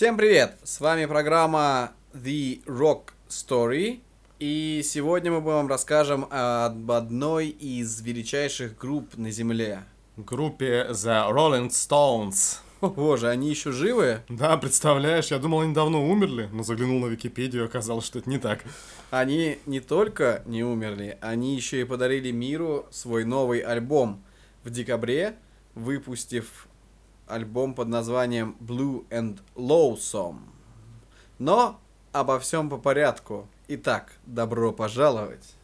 Всем привет! С вами программа The Rock Story. И сегодня мы вам расскажем об одной из величайших групп на Земле. Группе The Rolling Stones. О боже, они еще живы? Да, представляешь, я думал, они давно умерли, но заглянул на Википедию, оказалось, что это не так. Они не только не умерли, они еще и подарили миру свой новый альбом в декабре, выпустив альбом под названием Blue and Lonesome. Но обо всем по порядку. Итак, добро пожаловать.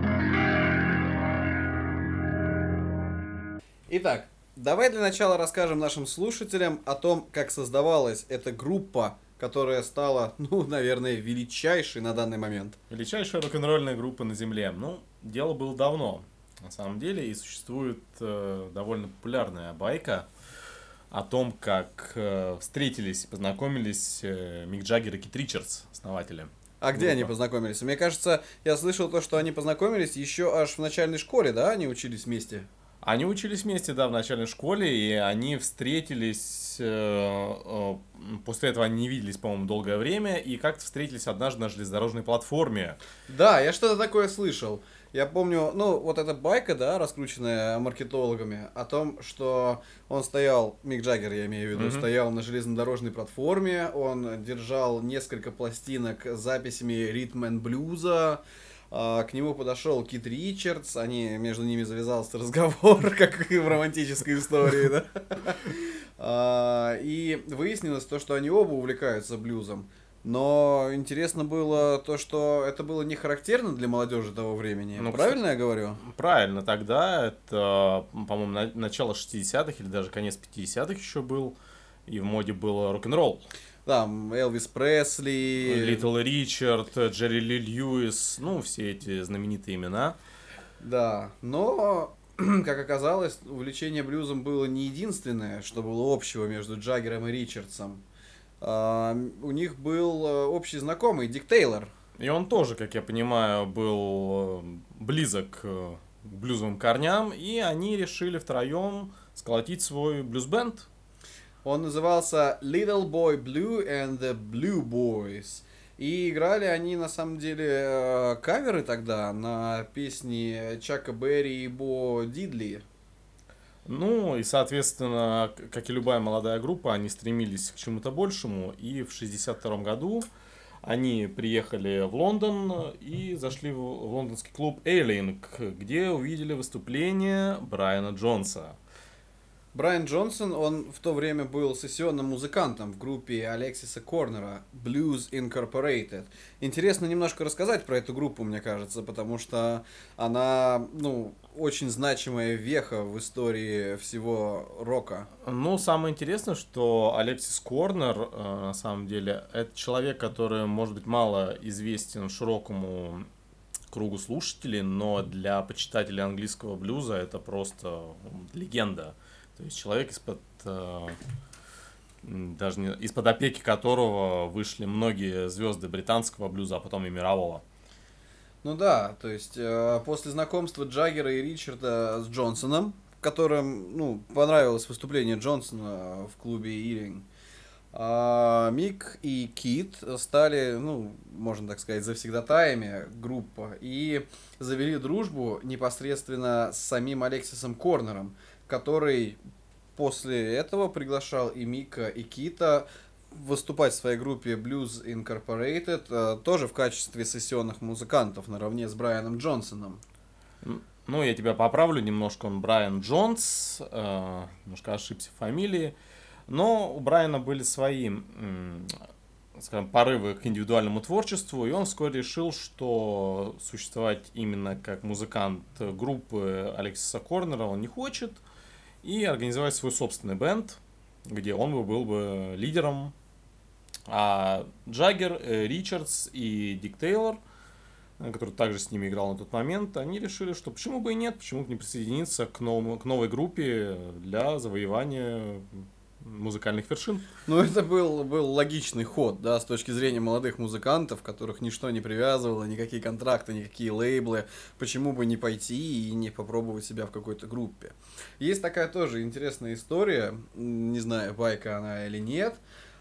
Итак, давай для начала расскажем нашим слушателям о том, как создавалась эта группа, которая стала, наверное, величайшей на данный момент. Величайшая рок-н-ролльная группа на Земле. Дело было давно, на самом деле, и существует довольно популярная байка о том, как встретились и познакомились Мик Джаггер и Кит Ричардс, основатели. А где они познакомились? Мне кажется, я слышал то, что они познакомились еще аж в начальной школе, да? Они учились вместе? Они учились вместе, да, в начальной школе, и они встретились, после этого они не виделись, по-моему, долгое время, и как-то встретились однажды на железнодорожной платформе. Да, я что-то такое слышал. Я помню, вот эта байка, да, раскрученная маркетологами, о том, что он стоял, Мик Джаггер, я имею в виду, стоял на железнодорожной платформе, он держал несколько пластинок с записями ритм and блюза, к нему подошел Кит Ричардс, между ними завязался разговор, как в романтической истории, да. И выяснилось то, что они оба увлекаются блюзом. Но интересно было то, что это было не характерно для молодежи того времени. Правильно я говорю? Правильно, тогда это, по-моему, начало 60-х или даже конец 50-х еще был, и в моде был рок-н-ролл. Там Элвис Пресли, Литл Ричард, Джерри Ли Льюис, все эти знаменитые имена. Да, но, как оказалось, увлечение блюзом было не единственное, что было общего между Джаггером и Ричардсом. У них был общий знакомый, Дик Тейлор. И он тоже, как я понимаю, был близок к блюзовым корням, и они решили втроем сколотить свой блюз-бенд. Он назывался Little Boy Blue and the Blue Boys. И играли они, на самом деле, каверы тогда на песни Чака Берри и Бо Дидли. И, соответственно, как и любая молодая группа, они стремились к чему-то большему. И в 1962 году они приехали в Лондон и зашли в лондонский клуб Ealing, где увидели выступление Брайана Джонса. Брайан Джонсон, он в то время был сессионным музыкантом в группе Алексиса Корнера Blues Incorporated. Интересно немножко рассказать про эту группу, мне кажется, потому что она, очень значимая веха в истории всего рока. Самое интересное, что Алексис Корнер, на самом деле, это человек, который, может быть, мало известен широкому кругу слушателей, но для почитателей английского блюза это просто легенда. То есть человек из-под опеки которого вышли многие звезды британского блюза, а потом и мирового. То есть после знакомства Джаггера и Ричарда с Джонсоном, которым, понравилось выступление Джонсона в клубе Ealing, Мик и Кит стали, можно так сказать, завсегдатаями группы и завели дружбу непосредственно с самим Алексисом Корнером, который после этого приглашал и Мика, и Кита выступать в своей группе Blues Incorporated, тоже в качестве сессионных музыкантов, наравне с Брайаном Джонсоном. Я тебя поправлю немножко, он Брайан Джонс, немножко ошибся в фамилии, но у Брайана были свои, скажем, порывы к индивидуальному творчеству, и он вскоре решил, что существовать именно как музыкант группы Алексиса Корнера он не хочет, и организовать свой собственный бенд, где он был бы лидером. А Джаггер, Ричардс и Дик Тейлор, который также с ними играл на тот момент, они решили, что почему бы и нет, почему бы не присоединиться к новой группе для завоевания музыкальных вершин. Это был логичный ход, да, с точки зрения молодых музыкантов, которых ничто не привязывало, никакие контракты, никакие лейблы. Почему бы не пойти и не попробовать себя в какой-то группе? Есть такая тоже интересная история, не знаю, байка она или нет.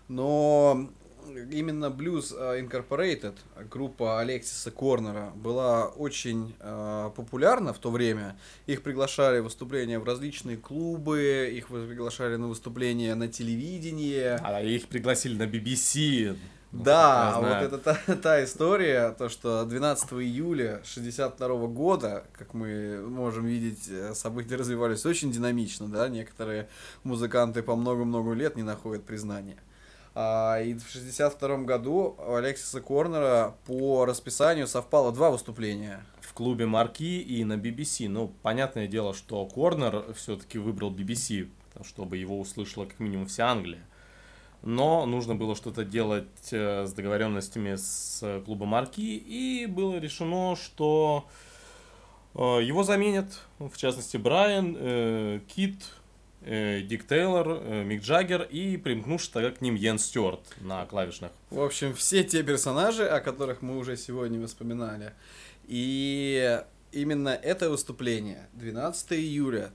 Но именно Blues Incorporated, группа Алексиса Корнера, была очень популярна в то время. Их приглашали в выступления в различные клубы, их приглашали на выступления на телевидении. А их пригласили на BBC, насколько я Да, вот знаю. это та история, то, что 12 июля 1962 года, как мы можем видеть, события развивались очень динамично, да, некоторые музыканты по много-много лет не находят признания. И в 1962 году у Алексиса Корнера по расписанию совпало два выступления. В клубе Марки и на BBC. Ну, понятное дело, что Корнер все-таки выбрал BBC, чтобы его услышала как минимум вся Англия. Но нужно было что-то делать с договоренностями с клубом Марки, и было решено, что его заменят, в частности, Брайан, Кит, Дик Тейлор, Мик Джаггер и примкнувший тогда к ним Йен Стюарт на клавишных. В общем, все те персонажи, о которых мы уже сегодня вспоминали. И именно это выступление 12 июля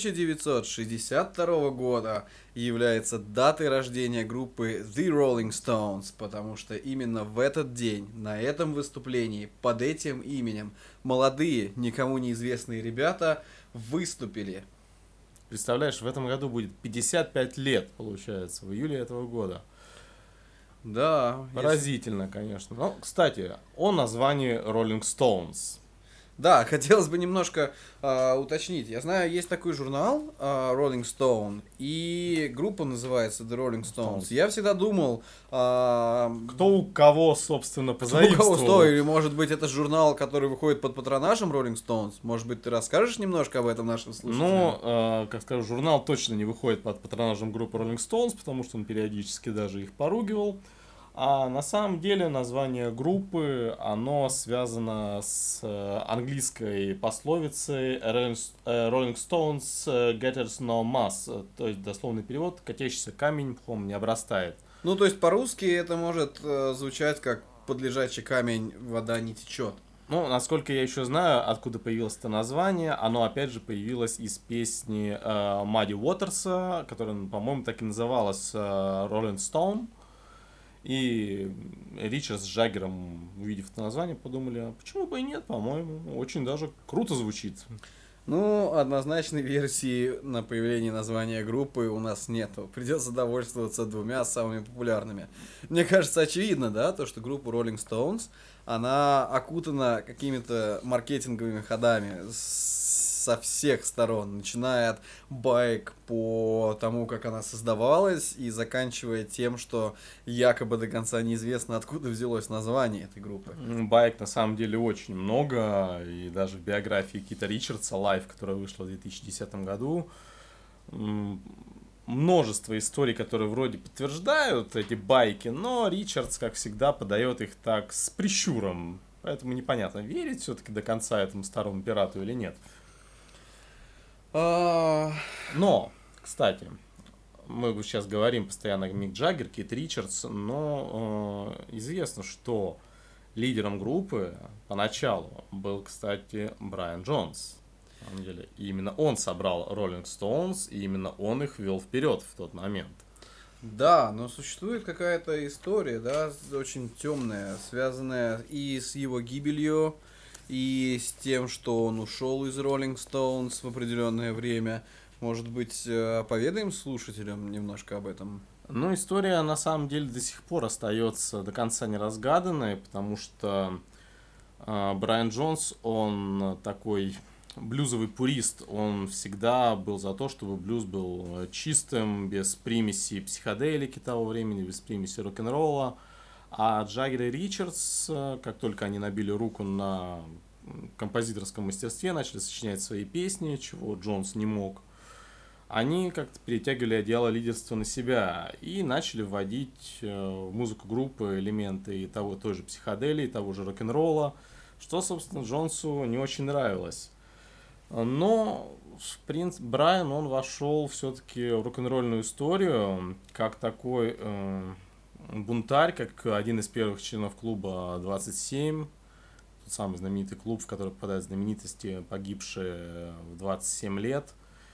1962 года является датой рождения группы The Rolling Stones, потому что именно в этот день, на этом выступлении, под этим именем, молодые, никому неизвестные ребята выступили. Представляешь, в этом году будет 55 лет, получается, в июле этого года. Да. Поразительно, конечно. Но, кстати, о названии Rolling Stones. Да, хотелось бы немножко уточнить. Я знаю, есть такой журнал Rolling Stone, и группа называется The Rolling Stones. Я всегда думал, кто у кого, собственно, у кого позаимствовал. что, или может быть это журнал, который выходит под патронажем Rolling Stones. Может быть, ты расскажешь немножко об этом нашим слушателям? Ну, как скажу, журнал точно не выходит под патронажем группы Rolling Stones, потому что он периодически даже их поругивал. А на самом деле название группы, оно связано с английской пословицей Rolling Stones Gathers No Moss, то есть дословный перевод «катящийся камень мхом не обрастает». Ну, то есть по-русски это может звучать как «под лежачий камень вода не течет». Ну, насколько я еще знаю, откуда появилось это название, оно опять же появилось из песни Мадди Уотерса, которая, по-моему, так и называлась Rolling Stone. И Ричард с Джаггером, увидев это название, подумали, а почему бы и нет, по-моему, очень даже круто звучит. Ну, однозначной версии на появление названия группы у нас нету. Придется довольствоваться двумя самыми популярными. Мне кажется, очевидно, да, то, что группа Rolling Stones, она окутана какими-то маркетинговыми ходами со всех сторон, начиная от байк по тому, как она создавалась, и заканчивая тем, что якобы до конца неизвестно, откуда взялось название этой группы. Байк на самом деле очень много, и даже в биографии Кита Ричардса Life, которая вышла в 2010 году, множество историй, которые вроде подтверждают эти байки, но Ричардс, как всегда, подает их так с прищуром. Поэтому непонятно, верить все-таки до конца этому старому пирату или нет. Но, кстати, мы сейчас говорим постоянно Мик Джаггер, Кит Ричардс, но известно, что лидером группы поначалу был, кстати, Брайан Джонс. На самом деле, и именно он собрал Rolling Stones, и именно он их вел вперед в тот момент. Да, но существует какая-то история, да, очень темная, связанная и с его гибелью, и с тем, что он ушел из Rolling Stones в определенное время. Может быть, поведаем слушателям немножко об этом? Ну, история на самом деле до сих пор остается до конца неразгаданной, потому что Брайан Джонс, он такой блюзовый пурист, он всегда был за то, чтобы блюз был чистым, без примеси психоделики того времени, без примеси рок-н-ролла. А Джаггер и Ричардс, как только они набили руку на композиторском мастерстве, начали сочинять свои песни, чего Джонс не мог, они как-то перетягивали одеяло лидерства на себя и начали вводить в музыку группы элементы и той же психоделии, и того же рок-н-ролла, что, собственно, Джонсу не очень нравилось. Но, в принципе, Брайан, он вошел все-таки в рок-н-ролльную историю как такой бунтарь, как один из первых членов клуба 27, тот самый знаменитый клуб, в который попадают знаменитости, погибшие в 27 лет.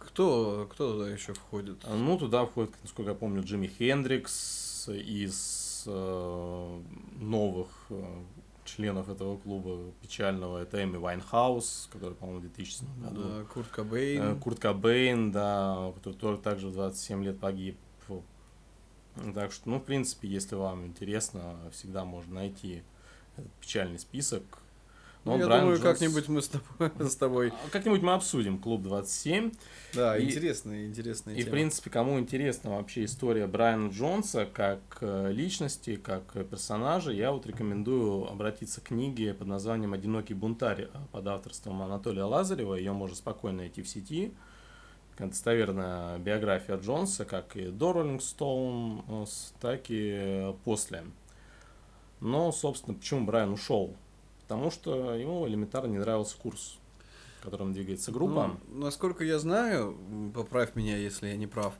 Кто туда еще входит? Ну, туда входит, насколько я помню, Джимми Хендрикс из новых членов этого клуба печального. Это Эми Вайнхаус, который, по-моему, в 2007 году. Курт Кобейн. Курт Кобейн, да, который также в 27 лет погиб. Так что, ну, в принципе, если вам интересно, всегда можно найти этот печальный список. Ну, я думаю, как-нибудь мы с тобой... Как-нибудь мы обсудим клуб 27. Да, интересная тема. И, в принципе, кому интересна вообще история Брайана Джонса как личности, как персонажа, я вот рекомендую обратиться к книге под названием «Одинокий бунтарь» под авторством Анатолия Лазарева. Ее можно спокойно найти в сети. Достоверная биография Джонса, как и до Rolling Stone, так и после. Но, собственно, почему Брайан ушел? Потому что ему элементарно не нравился курс, которым двигается группа. Ну, насколько я знаю, поправь меня, если я не прав,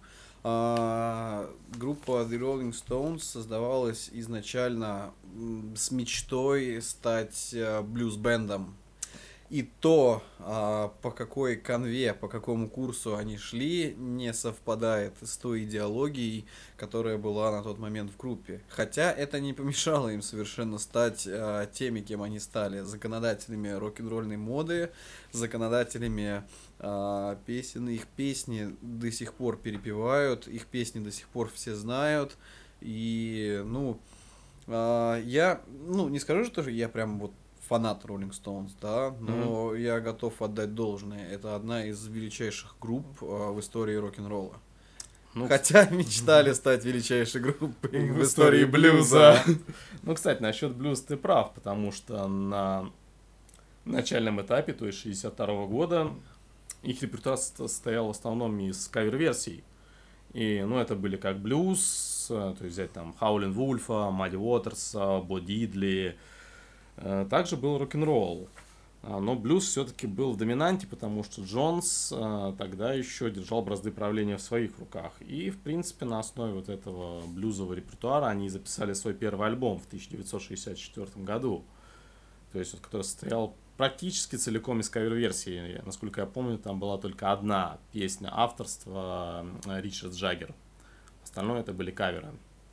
группа The Rolling Stones создавалась изначально с мечтой стать блюз-бэндом. И то, по какой канве, по какому курсу они шли, не совпадает с той идеологией, которая была на тот момент в группе. Хотя это не помешало им совершенно стать теми, кем они стали. Законодателями рок-н-ролльной моды, законодателями песен. Их песни до сих пор перепевают, их песни до сих пор все знают. И, я, не скажу, что я прям вот фанат Rolling Stones, да, но я готов отдать должное. Это одна из величайших групп в истории рок-н-ролла. Хотя мечтали стать величайшей группой в истории блюза. Ну, кстати, насчет блюза ты прав, потому что на начальном этапе, то есть 62 года, их репертуар состоял в основном из кавер-версий. И, это были как блюз, то есть взять там Howlin' Wolf, Мадди Уотерса, Бо Дидли. Также был рок-н-ролл, но блюз все-таки был в доминанте, потому что Джонс тогда еще держал бразды правления в своих руках. И, в принципе, на основе вот этого блюзового репертуара они записали свой первый альбом в 1964 году, то есть, который состоял практически целиком из кавер-версий. Насколько я помню, там была только одна песня авторства Ричард Джаггер. Остальное это были каверы.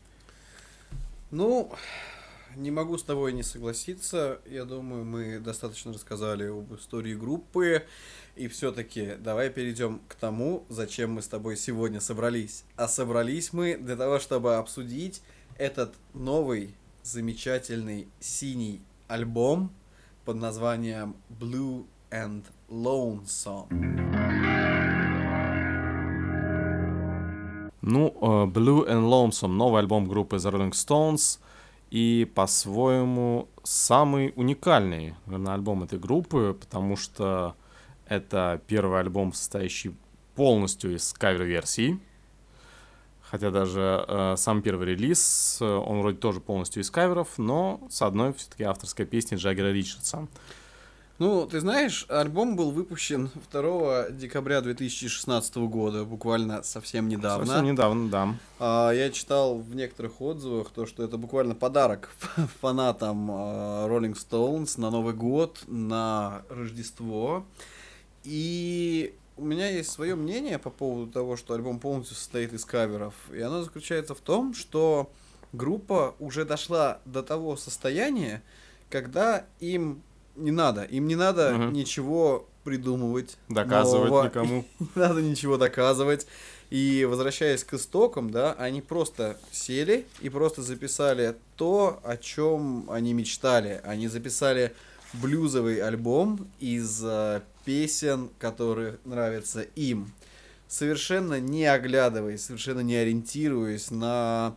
Не могу с тобой не согласиться. Я думаю, мы достаточно рассказали об истории группы. И все-таки давай перейдем к тому, зачем мы с тобой сегодня собрались. А собрались мы для того, чтобы обсудить этот новый, замечательный синий альбом под названием Blue and Lonesome. Blue and Lonesome, новый альбом группы The Rolling Stones. И по-своему самый уникальный, наверное, альбом этой группы, потому что это первый альбом, состоящий полностью из кавер-версий. Хотя даже сам первый релиз, он вроде тоже полностью из каверов, но с одной все-таки авторской песней Джаггера Ричардса. Ты знаешь, альбом был выпущен 2 декабря 2016 года, буквально совсем недавно. Совсем недавно, да. Я читал в некоторых отзывах то, что это буквально подарок фанатам Rolling Stones на Новый год, на Рождество. И у меня есть свое мнение по поводу того, что альбом полностью состоит из каверов. И оно заключается в том, что группа уже дошла до того состояния, когда им не надо ничего придумывать. Доказывать нового. никому. Не надо ничего доказывать. И возвращаясь к истокам, да, они просто сели и просто записали то, о чем они мечтали. Они записали блюзовый альбом из песен, которые нравятся им. Совершенно не оглядываясь, совершенно не ориентируясь на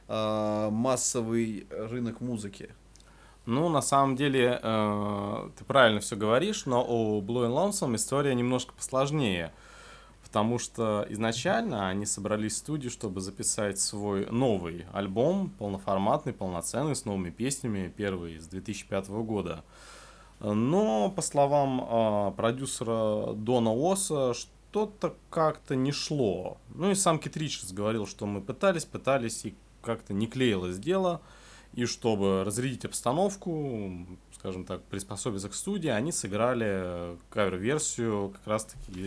массовый рынок музыки. На самом деле, ты правильно все говоришь, но у Blue and Lonesome история немножко посложнее, потому что изначально они собрались в студию, чтобы записать свой новый альбом, полноформатный, полноценный, с новыми песнями, первый с 2005 года. Но, по словам продюсера Дона Уосса, что-то как-то не шло. И сам Кит Ричардс говорил, что мы пытались, и как-то не клеилось дело. И чтобы разрядить обстановку, скажем так, приспособиться к студии, они сыграли кавер-версию как раз-таки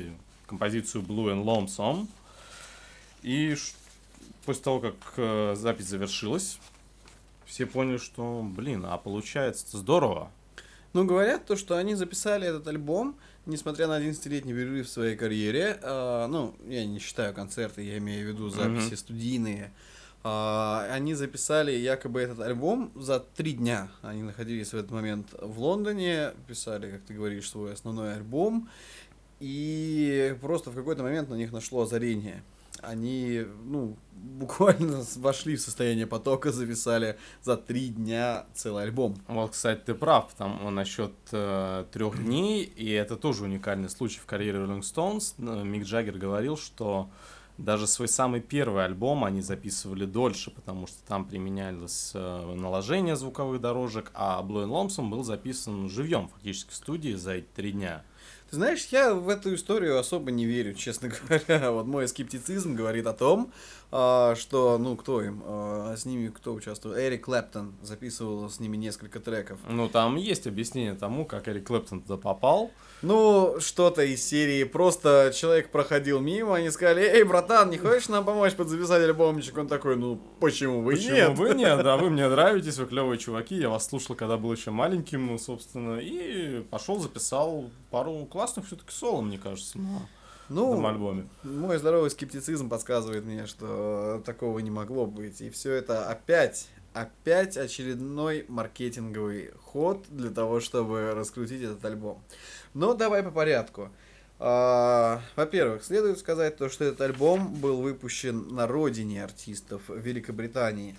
композицию Blue and Lonesome. И после того, как запись завершилась, все поняли, что, а получается здорово. Ну, говорят то, что они записали этот альбом, несмотря на 11-летний перерыв в своей карьере. Я не считаю концерты, я имею в виду записи студийные. Они записали якобы этот альбом за 3 дня. Они находились в этот момент в Лондоне, писали, как ты говоришь, свой основной альбом. И просто в какой-то момент на них нашло озарение. Они, буквально вошли в состояние потока, записали за 3 дня целый альбом. Вот, кстати, ты прав там насчет 3 дней, и это тоже уникальный случай в карьере Rolling Stones. Мик Джаггер говорил, что даже свой самый первый альбом они записывали дольше, потому что там применялось наложение звуковых дорожек, а Blue and Lonesome был записан живьем, фактически в студии за эти 3 дня. Ты знаешь, я в эту историю особо не верю, честно говоря. Вот мой скептицизм говорит о том, что, кто им, с ними кто участвовал? Эрик Клэптон записывал с ними несколько треков. Там есть объяснение тому, как Эрик Клэптон туда попал. Что-то из серии. Просто человек проходил мимо, они сказали: эй, братан, не хочешь нам помочь подзаписать альбомчик? Он такой: почему бы нет? Почему бы нет? Да, вы мне нравитесь, вы клевые чуваки, я вас слушал, когда был еще маленьким, собственно, и пошел, записал пару классных все-таки соло, мне кажется, на этом альбоме. Мой здоровый скептицизм подсказывает мне, что такого не могло быть. И все это опять очередной маркетинговый ход для того, чтобы раскрутить этот альбом. Но давай по порядку. Во-первых, следует сказать то, что этот альбом был выпущен на родине артистов в Великобритании.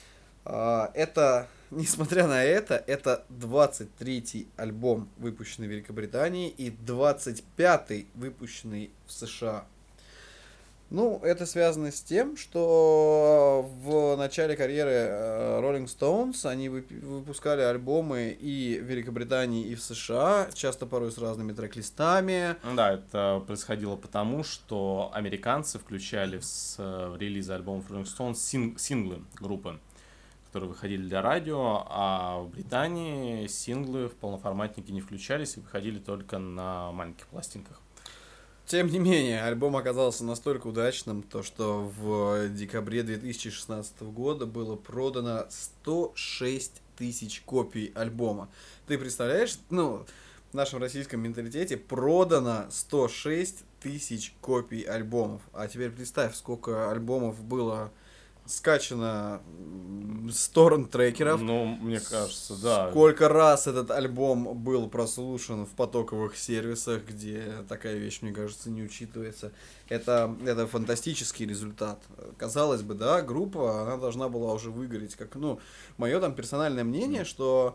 Несмотря на это 23-й альбом, выпущенный в Великобритании, и 25-й, выпущенный в США. Это связано с тем, что в начале карьеры Rolling Stones они выпускали альбомы и в Великобритании, и в США, часто порой с разными трек-листами. Да, это происходило потому, что американцы включали в релизы альбомов Rolling Stones синглы группы, которые выходили для радио, а в Британии синглы в полноформатнике не включались и выходили только на маленьких пластинках. Тем не менее, альбом оказался настолько удачным, что в декабре 2016 года было продано 106 тысяч копий альбома. Ты представляешь, в нашем российском менталитете продано 106 тысяч копий альбомов. А теперь представь, сколько альбомов было скачано с торрент-трекеров. Мне кажется, да. Сколько раз этот альбом был прослушан в потоковых сервисах, где такая вещь, мне кажется, не учитывается. Это фантастический результат. Казалось бы, да, группа, она должна была уже выгореть. Мое там персональное мнение, что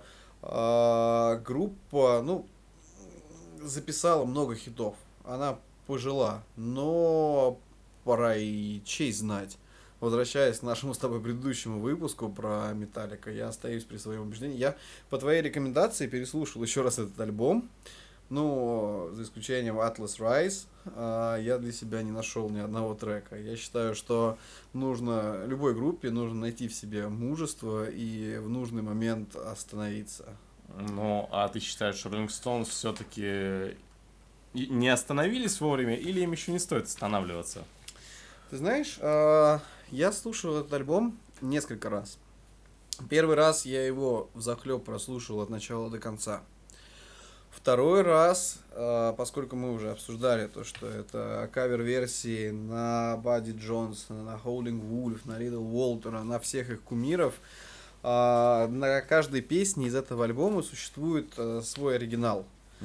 группа, записала много хитов. Она пожила, но пора и честь знать. Возвращаясь к нашему с тобой предыдущему выпуску про Металлика, я остаюсь при своем убеждении. Я по твоей рекомендации переслушал еще раз этот альбом. За исключением Atlas Rise, я для себя не нашел ни одного трека. Я считаю, что любой группе нужно найти в себе мужество и в нужный момент остановиться. А ты считаешь, что Rolling Stones все-таки не остановились вовремя, или им еще не стоит останавливаться? Ты знаешь, я слушал этот альбом несколько раз. Первый раз я его взахлеб прослушал от начала до конца. Второй раз, поскольку мы уже обсуждали то, что это кавер-версии на Бадди Джонсона, на Howlin' Wolf, на Little Walter, на всех их кумиров, на каждой песне из этого альбома существует свой оригинал.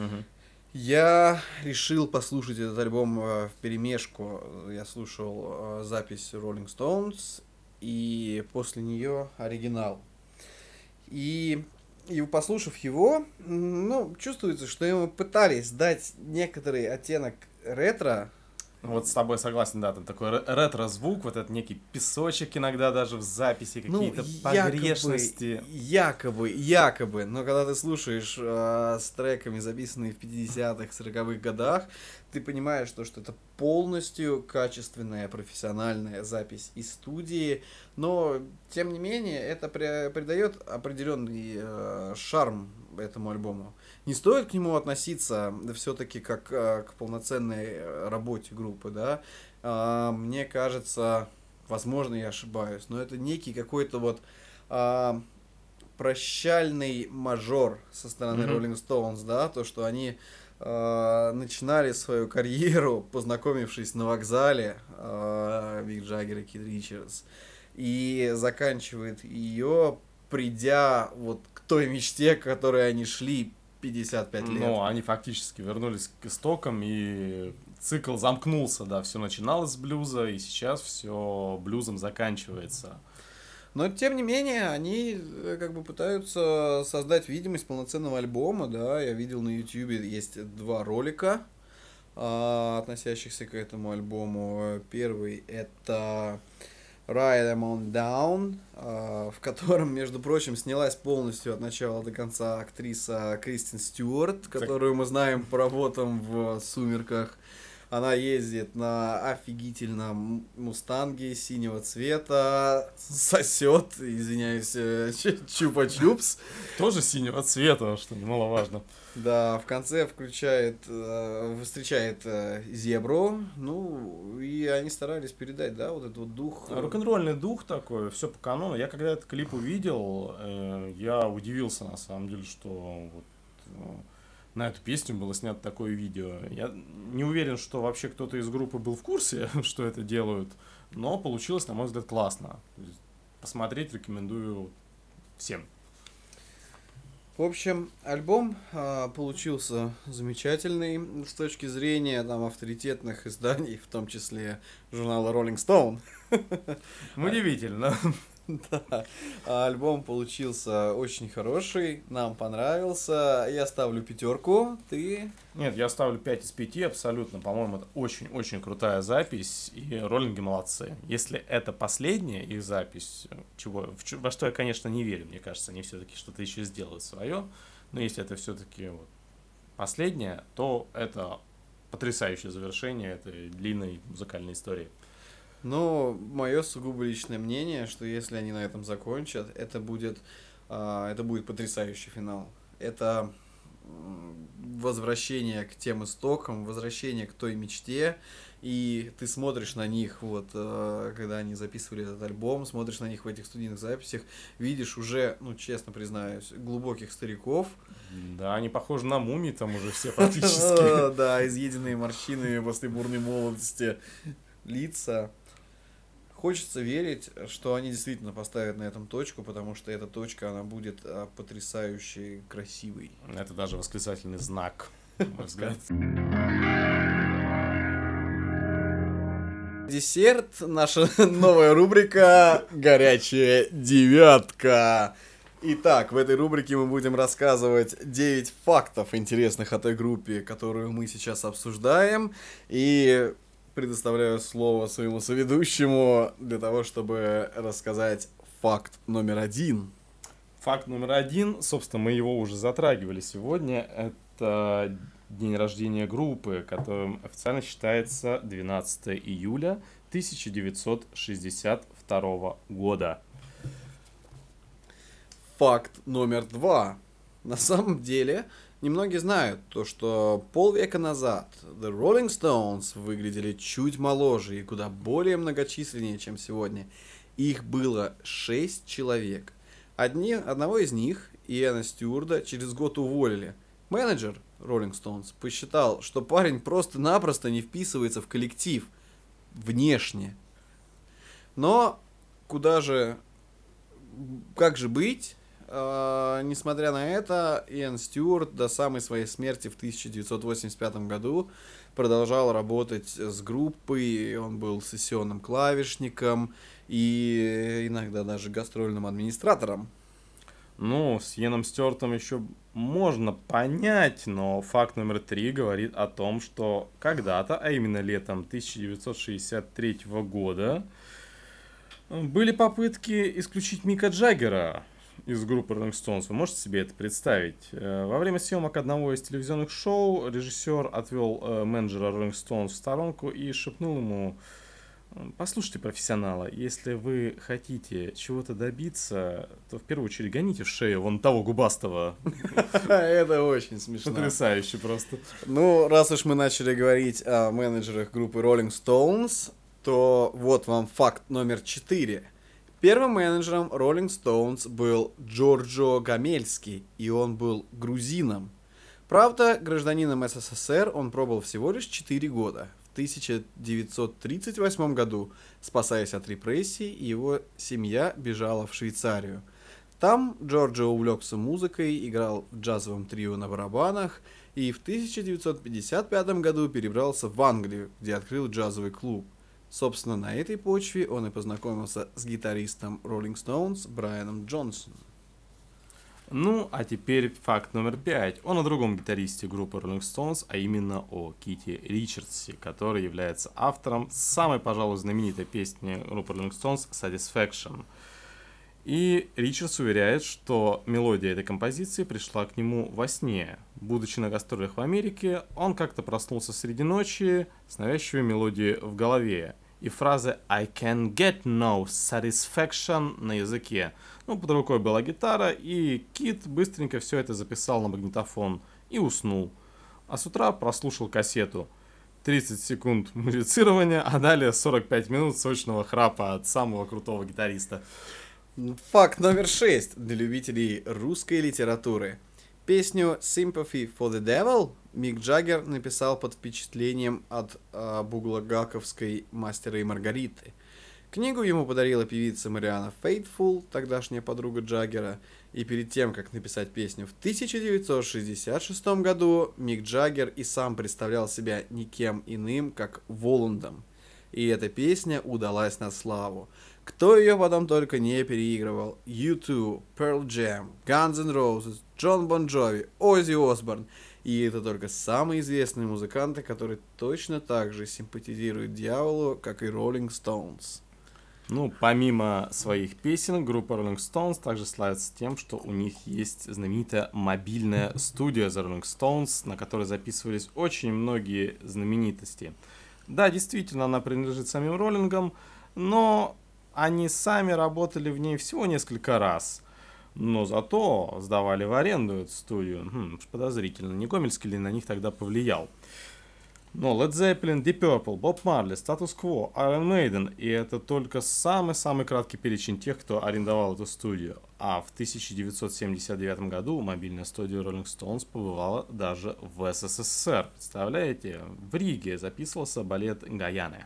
Я решил послушать этот альбом вперемешку. Я слушал запись Rolling Stones и после нее оригинал. И послушав его, чувствуется, что ему пытались дать некоторый оттенок ретро. Вот с тобой согласен, да, там такой ретро-звук, вот этот некий песочек иногда даже в записи, какие-то погрешности. Якобы, но когда ты слушаешь с треками, записанными в 50-х, 40-х годах, ты понимаешь, что это полностью качественная, профессиональная запись из студии, но, тем не менее, это придает определенный шарм этому альбому. не стоит к нему относиться все-таки как к полноценной работе группы, да. Мне кажется, возможно, я ошибаюсь, но это некий какой-то вот а, прощальный мажор со стороны Мгм. Rolling Stones, да, то, что они начинали свою карьеру, познакомившись на вокзале, Мик Джаггер и Кит Ричардс, и заканчивает ее, придя вот к той мечте, к которой они шли 55 лет. Но они фактически вернулись к истокам, и цикл замкнулся, да, все начиналось с блюза, и сейчас все блюзом заканчивается. Но, тем не менее, они как бы пытаются создать видимость полноценного альбома, да, я видел на YouTube есть 2 ролика, относящихся к этому альбому. Первый это Ride Em On Down, в котором, между прочим, снялась полностью от начала до конца актриса Кристен Стюарт, которую мы знаем по работам в «Сумерках». Она ездит на офигительном мустанге синего цвета, сосет, извиняюсь, чупа-чупс. Тоже синего цвета, что немаловажно. Да, в конце встречает зебру, ну, и они старались передать, да, вот этот вот дух. Рок-н-ролльный дух такой, все по канону. Я когда этот клип увидел, я удивился на самом деле, что вот на эту песню было снято такое видео. Я не уверен, что вообще кто-то из группы был в курсе, что это делают, но получилось, на мой взгляд, классно. То есть посмотреть рекомендую всем. В общем, альбом получился замечательный с точки зрения там авторитетных изданий, в том числе журнала Rolling Stone. Удивительно. Да, альбом получился очень хороший, нам понравился. Я ставлю 5, ты? Нет, я ставлю 5 из 5 абсолютно. По-моему, это очень-очень крутая запись, и роллинги молодцы. Если это последняя их запись, во что я, конечно, не верю, мне кажется, они все-таки что-то еще сделают свое, но если это все-таки вот последняя, то это потрясающее завершение этой длинной музыкальной истории. Но мое сугубо личное мнение, что если они на этом закончат, это будет потрясающий финал. Это возвращение к тем истокам, возвращение к той мечте, и ты смотришь на них, вот, когда они записывали этот альбом, смотришь на них в этих студийных записях, видишь уже, ну, честно признаюсь, глубоких стариков. Да, они похожи на мумии там уже все практически. Да, изъеденные морщинами после бурной молодости лица. Хочется верить, что они действительно поставят на этом точку, потому что эта точка, она будет потрясающе красивой. Это даже восклицательный знак, на мой взгляд. Десерт, наша новая рубрика «Горячая девятка». Итак, в этой рубрике мы будем рассказывать 9 фактов интересных о той группе, которую мы сейчас обсуждаем. И предоставляю слово своему соведущему для того, чтобы рассказать факт номер 1. Факт номер 1, собственно, мы его уже затрагивали сегодня, это день рождения группы, которым официально считается 12 июля 1962 года. Факт номер 2. На самом деле, немногие знают то, что полвека назад The Rolling Stones выглядели чуть моложе и куда более многочисленнее, чем сегодня. Их было 6 человек. Одного из них, Иэна Стюарда, через год уволили. Менеджер Rolling Stones посчитал, что парень просто-напросто не вписывается в коллектив внешне. Но как же быть? Несмотря на это, Иэн Стюарт до самой своей смерти в 1985 году продолжал работать с группой. Он был сессионным клавишником и иногда даже гастрольным администратором. Ну, с Иэном Стюартом еще можно понять, но факт номер 3 говорит о том, что когда-то, а именно летом 1963 года, были попытки исключить Мика Джаггера из группы Rolling Stones. Вы можете себе это представить? Во время съемок одного из телевизионных шоу режиссер отвел менеджера Rolling Stones в сторонку и шепнул ему Послушайте профессионала, если вы хотите чего-то добиться, то в первую очередь гоните в шею вон того губастого. Это очень смешно. Потрясающе просто. Ну, раз уж мы начали говорить о менеджерах группы Rolling Stones, то вот вам факт номер 4. Первым менеджером Rolling Stones был Джорджо Гамельский, и он был грузином. Правда, гражданином СССР он пробыл всего лишь 4 года. В 1938 году, спасаясь от репрессий, его семья бежала в Швейцарию. Там Джорджо увлекся музыкой, играл в джазовом трио на барабанах и в 1955 году перебрался в Англию, где открыл джазовый клуб. Собственно, на этой почве он и познакомился с гитаристом Rolling Stones Брайаном Джонсоном. Ну, а теперь факт номер 5. Он о другом гитаристе группы Rolling Stones, а именно о Ките Ричардсе, который является автором самой, пожалуй, знаменитой песни группы Rolling Stones «Satisfaction». И Ричардс уверяет, что мелодия этой композиции пришла к нему во сне. Будучи на гастролях в Америке, он как-то проснулся среди ночи с навязчивой мелодией в голове. И фраза «I can get no satisfaction» на языке. Ну, под рукой была гитара, и Кит быстренько все это записал на магнитофон и уснул. А с утра прослушал кассету. 30 секунд музицирования, а далее 45 минут сочного храпа от самого крутого гитариста. Факт номер 6 для любителей русской литературы. Песню «Sympathy for the Devil» Мик Джаггер написал под впечатлением от буглагаковской «Мастера и Маргариты». Книгу ему подарила певица Мариана Фейтфул, тогдашняя подруга Джаггера, и перед тем, как написать песню в 1966 году, Мик Джаггер и сам представлял себя никем иным, как Воландом. И эта песня удалась на славу. Кто ее потом только не переигрывал: U2, Pearl Jam, Guns N' Roses, Джон Бон Джови, Оззи Осборн. И это только самые известные музыканты, которые точно так же симпатизируют дьяволу, как и Rolling Stones. Ну, помимо своих песен, группа Rolling Stones также славится тем, что у них есть знаменитая мобильная студия The Rolling Stones, на которой записывались очень многие знаменитости. Да, действительно, она принадлежит самим Роллингам, но они сами работали в ней всего несколько раз. Но зато сдавали в аренду эту студию. Подозрительно, не Гомельский ли на них тогда повлиял? Но Led Zeppelin, Deep Purple, Bob Marley, Status Quo, Iron Maiden, и это только самый-самый краткий перечень тех, кто арендовал эту студию. А в 1979 году мобильная студия Rolling Stones побывала даже в СССР. Представляете, в Риге записывался балет Гаяны.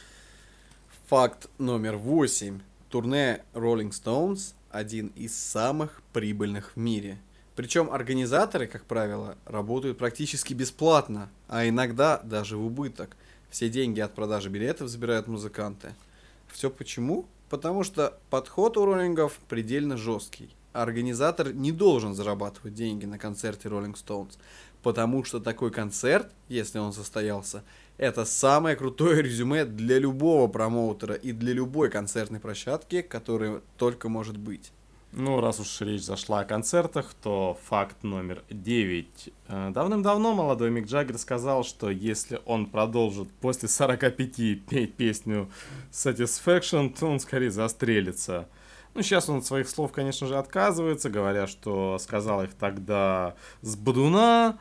Факт номер 8. Турне Rolling Stones – один из самых прибыльных в мире. Причем организаторы, как правило, работают практически бесплатно, а иногда даже в убыток. Все деньги от продажи билетов забирают музыканты. Все почему? Потому что подход у роллингов предельно жесткий. Организатор не должен зарабатывать деньги на концерте Rolling Stones, потому что такой концерт, если он состоялся, это самое крутое резюме для любого промоутера и для любой концертной площадки, которая только может быть. Ну, раз уж речь зашла о концертах, то факт номер 9. Давным-давно молодой Мик Джаггер сказал, что если он продолжит после 45 петь песню Satisfaction, то он скорее застрелится. Ну, сейчас он от своих слов, конечно же, отказывается, говоря, что сказал их тогда с бодуна.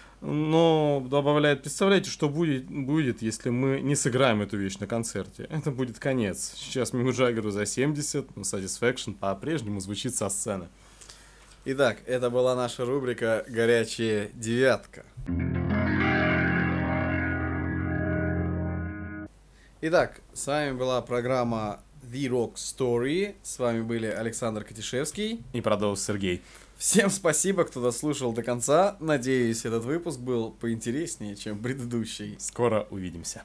Но добавляет, представляете, что будет, если мы не сыграем эту вещь на концерте. Это будет конец. Сейчас Мику Джаггеру за 70, но Satisfaction по-прежнему звучит со сцены. Итак, это была наша рубрика «Горячая девятка». Итак, с вами была программа The Rock Story. С вами были Александр Катишевский И продолжил Сергей. Всем спасибо, кто дослушал до конца. Надеюсь, этот выпуск был поинтереснее, чем предыдущий. Скоро увидимся.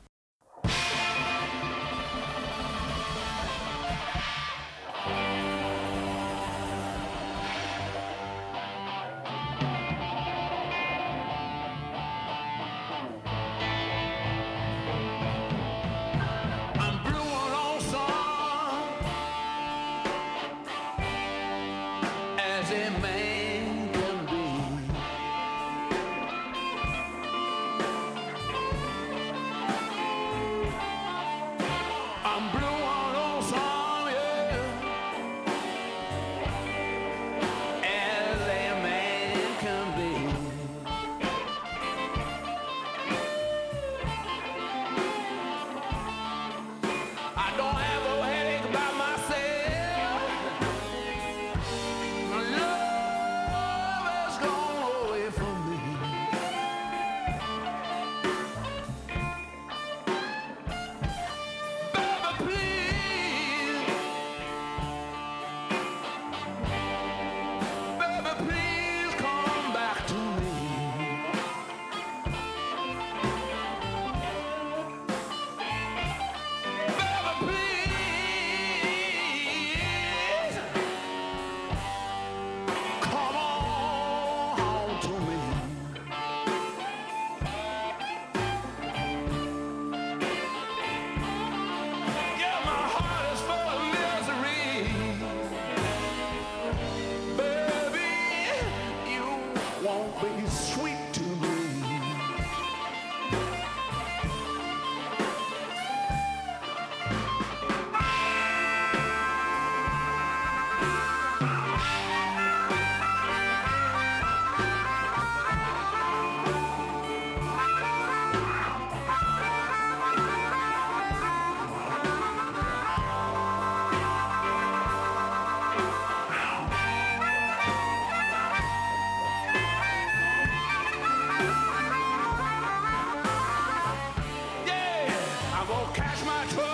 cash my truck.